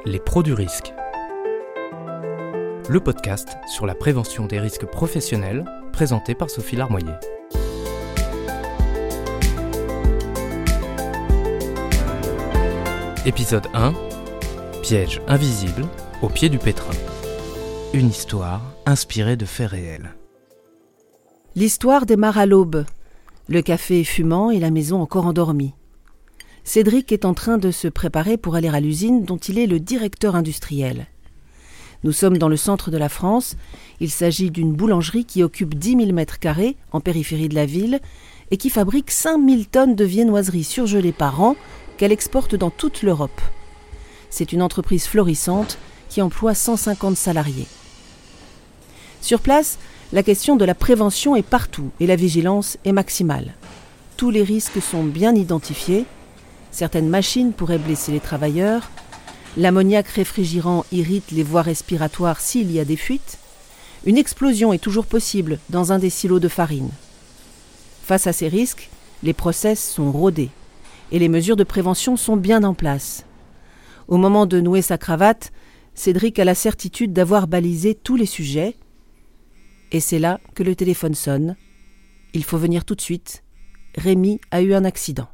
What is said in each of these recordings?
Les pros du risque. Le podcast sur la prévention des risques professionnels, présenté par Sophie Larmoyer. Épisode 1. Piège invisible au pied du pétrin. Une histoire inspirée de faits réels. L'histoire démarre à l'aube. Le café est fumant et la maison encore endormie. Cédric est en train de se préparer pour aller à l'usine dont il est le directeur industriel. Nous sommes dans le centre de la France. Il s'agit d'une boulangerie qui occupe 10 000 m² en périphérie de la ville et qui fabrique 5 000 tonnes de viennoiseries surgelées par an qu'elle exporte dans toute l'Europe. C'est une entreprise florissante qui emploie 150 salariés. Sur place, la question de la prévention est partout et la vigilance est maximale. Tous les risques sont bien identifiés. Certaines machines pourraient blesser les travailleurs. L'ammoniac réfrigérant irrite les voies respiratoires s'il y a des fuites. Une explosion est toujours possible dans un des silos de farine. Face à ces risques, les process sont rodés et les mesures de prévention sont bien en place. Au moment de nouer sa cravate, Cédric a la certitude d'avoir balisé tous les sujets. Et c'est là que le téléphone sonne. Il faut venir tout de suite. Rémi a eu un accident.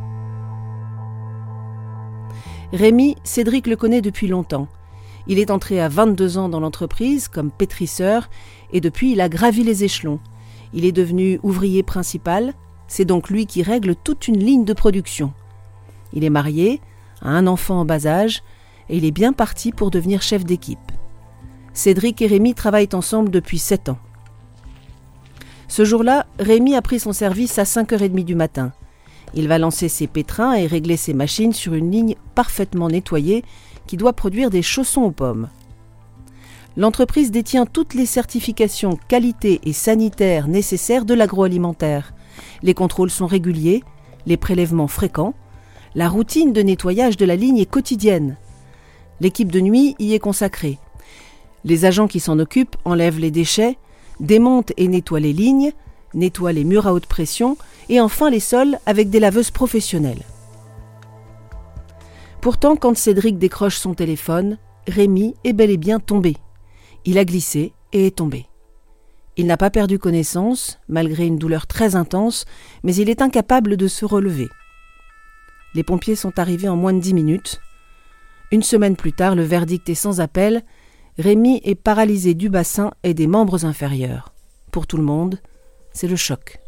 Rémi, Cédric le connaît depuis longtemps. Il est entré à 22 ans dans l'entreprise comme pétrisseur et depuis il a gravi les échelons. Il est devenu ouvrier principal, c'est donc lui qui règle toute une ligne de production. Il est marié, a un enfant en bas âge et il est bien parti pour devenir chef d'équipe. Cédric et Rémi travaillent ensemble depuis 7 ans. Ce jour-là, Rémi a pris son service à 5h30 du matin. Il va lancer ses pétrins et régler ses machines sur une ligne parfaitement nettoyée qui doit produire des chaussons aux pommes. L'entreprise détient toutes les certifications qualité et sanitaires nécessaires de l'agroalimentaire. Les contrôles sont réguliers, les prélèvements fréquents. La routine de nettoyage de la ligne est quotidienne. L'équipe de nuit y est consacrée. Les agents qui s'en occupent enlèvent les déchets, démontent et nettoient les lignes, nettoient les murs à haute pression et enfin les sols avec des laveuses professionnelles. Pourtant, quand Cédric décroche son téléphone, Rémi est bel et bien tombé. Il a glissé et est tombé. Il n'a pas perdu connaissance, malgré une douleur très intense, mais il est incapable de se relever. Les pompiers sont arrivés en moins de 10 minutes. Une semaine plus tard, le verdict est sans appel. Rémi est paralysé du bassin et des membres inférieurs. Pour tout le monde, c'est le choc.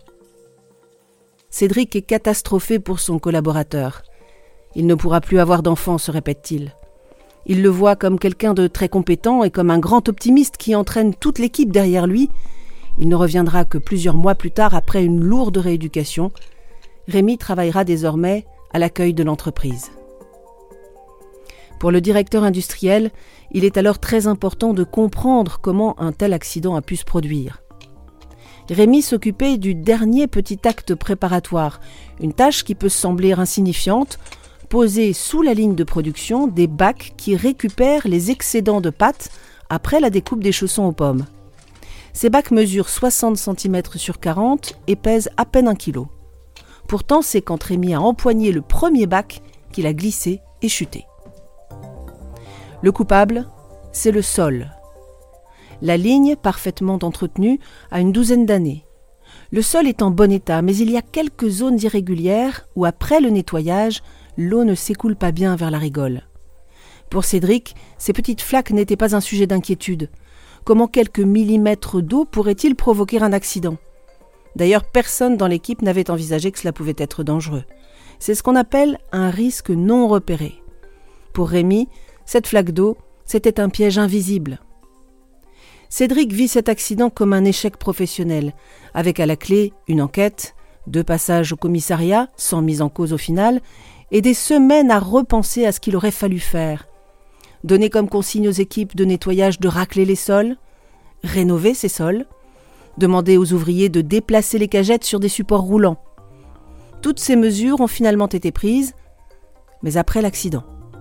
Cédric est catastrophé pour son collaborateur. Il ne pourra plus avoir d'enfant, se répète-t-il. Il le voit comme quelqu'un de très compétent et comme un grand optimiste qui entraîne toute l'équipe derrière lui. Il ne reviendra que plusieurs mois plus tard après une lourde rééducation. Rémi travaillera désormais à l'accueil de l'entreprise. Pour le directeur industriel, il est alors très important de comprendre comment un tel accident a pu se produire. Rémi s'occupait du dernier petit acte préparatoire, une tâche qui peut sembler insignifiante, poser sous la ligne de production des bacs qui récupèrent les excédents de pâte après la découpe des chaussons aux pommes. Ces bacs mesurent 60 cm sur 40 et pèsent à peine 1 kg. Pourtant, c'est quand Rémi a empoigné le premier bac qu'il a glissé et chuté. Le coupable, c'est le sol. La ligne, parfaitement entretenue, a une douzaine d'années. Le sol est en bon état, mais il y a quelques zones irrégulières où, après le nettoyage, l'eau ne s'écoule pas bien vers la rigole. Pour Cédric, ces petites flaques n'étaient pas un sujet d'inquiétude. Comment quelques millimètres d'eau pourraient-ils provoquer un accident ? D'ailleurs, personne dans l'équipe n'avait envisagé que cela pouvait être dangereux. C'est ce qu'on appelle un risque non repéré. Pour Rémi, cette flaque d'eau, c'était un piège invisible. Cédric vit cet accident comme un échec professionnel, avec à la clé une enquête, 2 passages au commissariat, sans mise en cause au final, et des semaines à repenser à ce qu'il aurait fallu faire. Donner comme consigne aux équipes de nettoyage de racler les sols, rénover ces sols, demander aux ouvriers de déplacer les cagettes sur des supports roulants. Toutes ces mesures ont finalement été prises, mais après l'accident.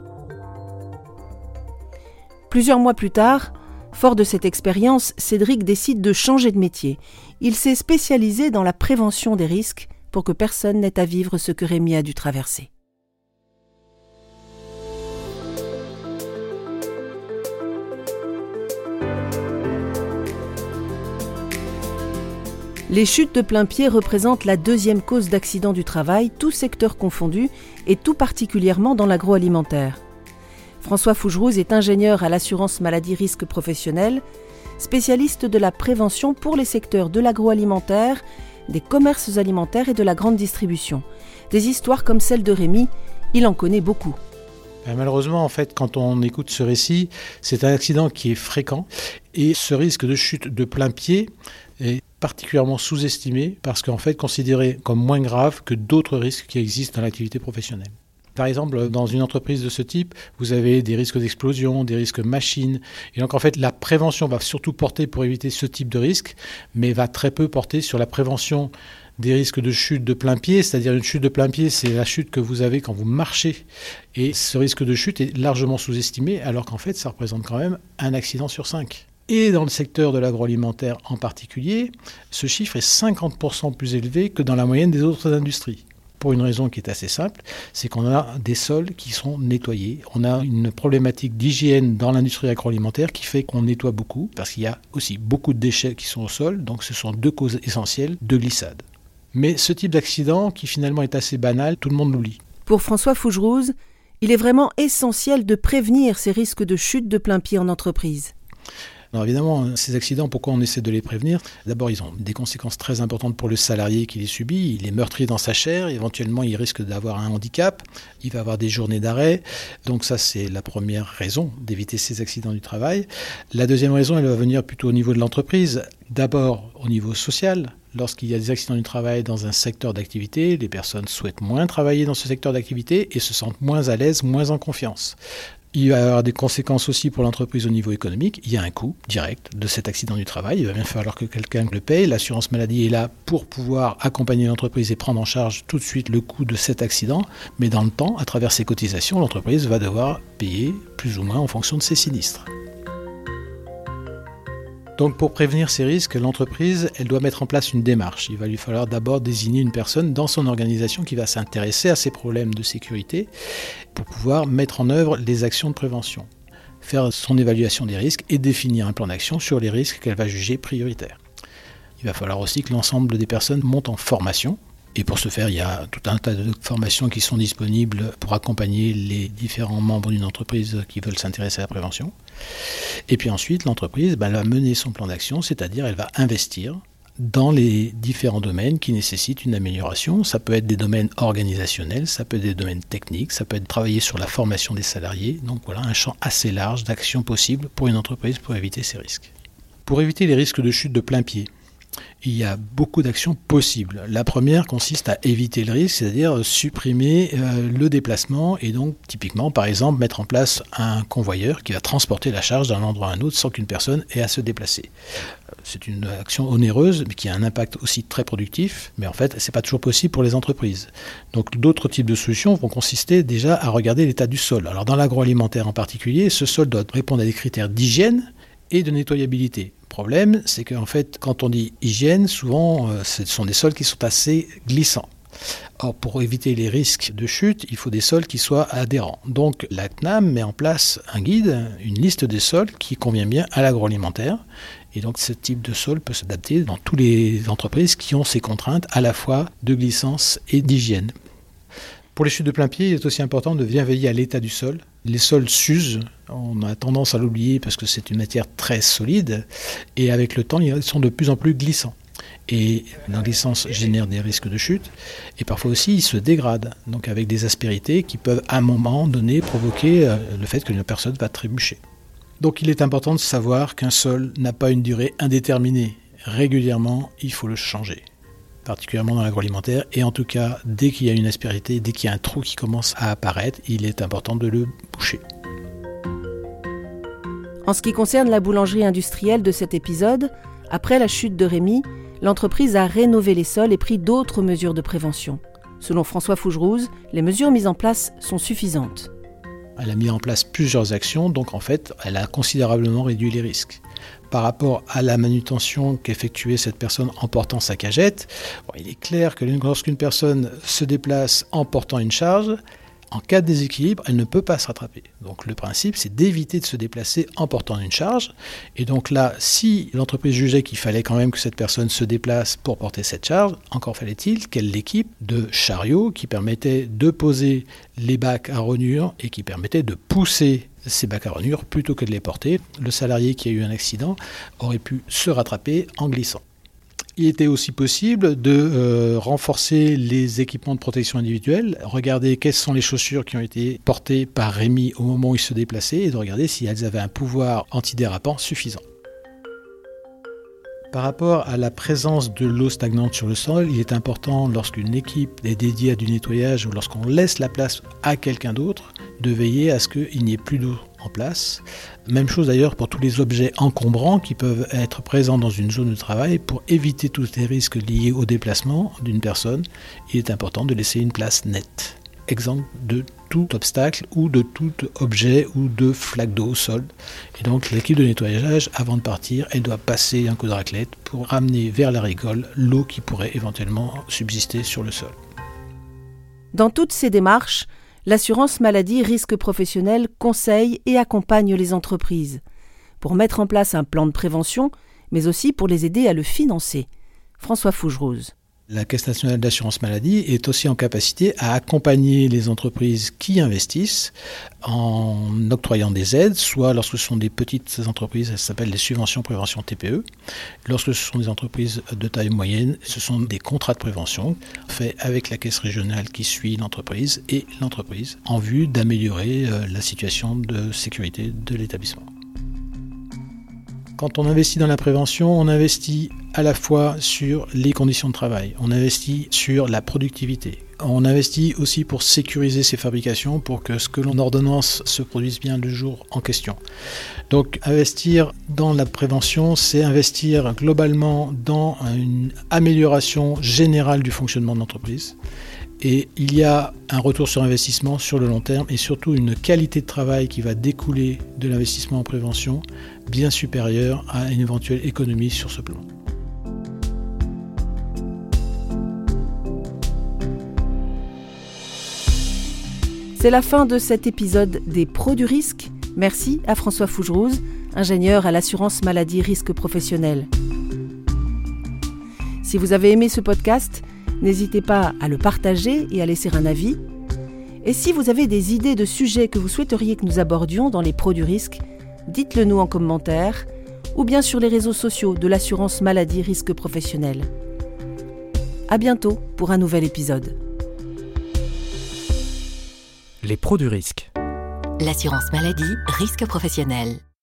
Plusieurs mois plus tard, fort de cette expérience, Cédric décide de changer de métier. Il s'est spécialisé dans la prévention des risques pour que personne n'ait à vivre ce que Rémi a dû traverser. Les chutes de plain-pied représentent la deuxième cause d'accident du travail, tous secteurs confondus, et tout particulièrement dans l'agroalimentaire. François Fougerouz est ingénieur à l'assurance maladie risque professionnel, spécialiste de la prévention pour les secteurs de l'agroalimentaire, des commerces alimentaires et de la grande distribution. Des histoires comme celle de Rémi, il en connaît beaucoup. Malheureusement, en fait, quand on écoute ce récit, c'est un accident qui est fréquent et ce risque de chute de plein pied est particulièrement sous-estimé parce qu'en fait considéré comme moins grave que d'autres risques qui existent dans l'activité professionnelle. Par exemple, dans une entreprise de ce type, vous avez des risques d'explosion, des risques machines. Et donc, en fait, la prévention va surtout porter pour éviter ce type de risque, mais va très peu porter sur la prévention des risques de chute de plein pied. C'est-à-dire une chute de plein pied, c'est la chute que vous avez quand vous marchez. Et ce risque de chute est largement sous-estimé, alors qu'en fait, ça représente quand même un accident sur 5. Et dans le secteur de l'agroalimentaire en particulier, ce chiffre est 50% plus élevé que dans la moyenne des autres industries. Pour une raison qui est assez simple, c'est qu'on a des sols qui sont nettoyés. On a une problématique d'hygiène dans l'industrie agroalimentaire qui fait qu'on nettoie beaucoup, parce qu'il y a aussi beaucoup de déchets qui sont au sol, donc ce sont deux causes essentielles de glissade. Mais ce type d'accident, qui finalement est assez banal, tout le monde l'oublie. Pour François Fougerouz, il est vraiment essentiel de prévenir ces risques de chute de plein pied en entreprise. Alors évidemment, ces accidents, pourquoi on essaie de les prévenir ? D'abord, ils ont des conséquences très importantes pour le salarié qui les subit. Il est meurtri dans sa chair, éventuellement il risque d'avoir un handicap, il va avoir des journées d'arrêt. Donc ça, c'est la première raison d'éviter ces accidents du travail. La deuxième raison, elle va venir plutôt au niveau de l'entreprise. D'abord au niveau social. Lorsqu'il y a des accidents du travail dans un secteur d'activité, les personnes souhaitent moins travailler dans ce secteur d'activité et se sentent moins à l'aise, moins en confiance. Il va y avoir des conséquences aussi pour l'entreprise au niveau économique. Il y a un coût direct de cet accident du travail. Il va bien falloir que quelqu'un le paye. L'assurance maladie est là pour pouvoir accompagner l'entreprise et prendre en charge tout de suite le coût de cet accident. Mais dans le temps, à travers ses cotisations, l'entreprise va devoir payer plus ou moins en fonction de ses sinistres. Donc pour prévenir ces risques, l'entreprise, elle doit mettre en place une démarche. Il va lui falloir d'abord désigner une personne dans son organisation qui va s'intéresser à ces problèmes de sécurité pour pouvoir mettre en œuvre les actions de prévention, faire son évaluation des risques et définir un plan d'action sur les risques qu'elle va juger prioritaires. Il va falloir aussi que l'ensemble des personnes montent en formation. Et pour ce faire, il y a tout un tas de formations qui sont disponibles pour accompagner les différents membres d'une entreprise qui veulent s'intéresser à la prévention. Et puis ensuite, l'entreprise va mener son plan d'action, c'est-à-dire elle va investir dans les différents domaines qui nécessitent une amélioration. Ça peut être des domaines organisationnels, ça peut être des domaines techniques, ça peut être travailler sur la formation des salariés. Donc voilà, un champ assez large d'actions possibles pour une entreprise pour éviter ces risques. Pour éviter les risques de chute de plein pied, il y a beaucoup d'actions possibles. La première consiste à éviter le risque, c'est-à-dire supprimer le déplacement et donc typiquement, par exemple, mettre en place un convoyeur qui va transporter la charge d'un endroit à un autre sans qu'une personne ait à se déplacer. C'est une action onéreuse, mais qui a un impact aussi très productif, mais en fait, ce n'est pas toujours possible pour les entreprises. Donc d'autres types de solutions vont consister déjà à regarder l'état du sol. Alors dans l'agroalimentaire en particulier, ce sol doit répondre à des critères d'hygiène et de nettoyabilité. Le problème, c'est qu'en fait, quand on dit hygiène, souvent, ce sont des sols qui sont assez glissants. Or, pour éviter les risques de chute, il faut des sols qui soient adhérents. Donc, la CNAM met en place un guide, une liste des sols qui convient bien à l'agroalimentaire. Et donc, ce type de sol peut s'adapter dans toutes les entreprises qui ont ces contraintes à la fois de glissance et d'hygiène. Pour les chutes de plein pied, il est aussi important de bien veiller à l'état du sol. Les sols s'usent, on a tendance à l'oublier parce que c'est une matière très solide, et avec le temps, ils sont de plus en plus glissants. Et la glissance génère des risques de chute, et parfois aussi ils se dégradent, donc avec des aspérités qui peuvent à un moment donné provoquer le fait qu'une personne va trébucher. Donc il est important de savoir qu'un sol n'a pas une durée indéterminée. Régulièrement, il faut le changer, particulièrement dans l'agroalimentaire, et en tout cas, dès qu'il y a une aspérité, dès qu'il y a un trou qui commence à apparaître, il est important de le boucher. En ce qui concerne la boulangerie industrielle de cet épisode, après la chute de Rémi, l'entreprise a rénové les sols et pris d'autres mesures de prévention. Selon François Fougerouz, les mesures mises en place sont suffisantes. Elle a mis en place plusieurs actions, donc en fait, elle a considérablement réduit les risques. Par rapport à la manutention qu'effectuait cette personne en portant sa cagette, il est clair que lorsqu'une personne se déplace en portant une charge, En cas de déséquilibre, elle ne peut pas se rattraper. Donc le principe, c'est d'éviter de se déplacer en portant une charge. Et donc là, si l'entreprise jugeait qu'il fallait quand même que cette personne se déplace pour porter cette charge, encore fallait-il qu'elle l'équipe de chariots qui permettaient de poser les bacs à rognures et qui permettaient de pousser ces bacs à rognures plutôt que de les porter. Le salarié qui a eu un accident aurait pu se rattraper en glissant. Il était aussi possible de renforcer les équipements de protection individuelle, regarder quelles sont les chaussures qui ont été portées par Rémi au moment où il se déplaçait et de regarder si elles avaient un pouvoir antidérapant suffisant. Par rapport à la présence de l'eau stagnante sur le sol, il est important, lorsqu'une équipe est dédiée à du nettoyage ou lorsqu'on laisse la place à quelqu'un d'autre, de veiller à ce qu'il n'y ait plus d'eau en place. Même chose d'ailleurs pour tous les objets encombrants qui peuvent être présents dans une zone de travail. Pour éviter tous les risques liés au déplacement d'une personne, il est important de laisser une place nette, exempte de tout obstacle ou de tout objet ou de flaque d'eau au sol. Et donc l'équipe de nettoyage, avant de partir, elle doit passer un coup de raclette pour ramener vers la rigole l'eau qui pourrait éventuellement subsister sur le sol. Dans toutes ces démarches, l'assurance maladie risque professionnel conseille et accompagne les entreprises pour mettre en place un plan de prévention, mais aussi pour les aider à le financer. François Fougerolles. La Caisse nationale d'assurance maladie est aussi en capacité à accompagner les entreprises qui investissent en octroyant des aides, soit lorsque ce sont des petites entreprises, elles s'appellent les subventions prévention TPE. Lorsque ce sont des entreprises de taille moyenne, ce sont des contrats de prévention faits avec la caisse régionale qui suit l'entreprise et l'entreprise en vue d'améliorer la situation de sécurité de l'établissement. Quand on investit dans la prévention, on investit à la fois sur les conditions de travail, on investit sur la productivité, on investit aussi pour sécuriser ses fabrications pour que ce que l'on ordonnance se produise bien le jour en question. Donc investir dans la prévention, c'est investir globalement dans une amélioration générale du fonctionnement de l'entreprise. Et il y a un retour sur investissement sur le long terme et surtout une qualité de travail qui va découler de l'investissement en prévention bien supérieure à une éventuelle économie sur ce plan. C'est la fin de cet épisode des Pros du risque. Merci à François Fougerolles, ingénieur à l'assurance maladie risque professionnel. Si vous avez aimé ce podcast, n'hésitez pas à le partager et à laisser un avis. Et si vous avez des idées de sujets que vous souhaiteriez que nous abordions dans les Pros du risque, dites-le nous en commentaire ou bien sur les réseaux sociaux de l'assurance maladie risque professionnel. À bientôt pour un nouvel épisode. Les Pros du risque. L'assurance maladie risque professionnel.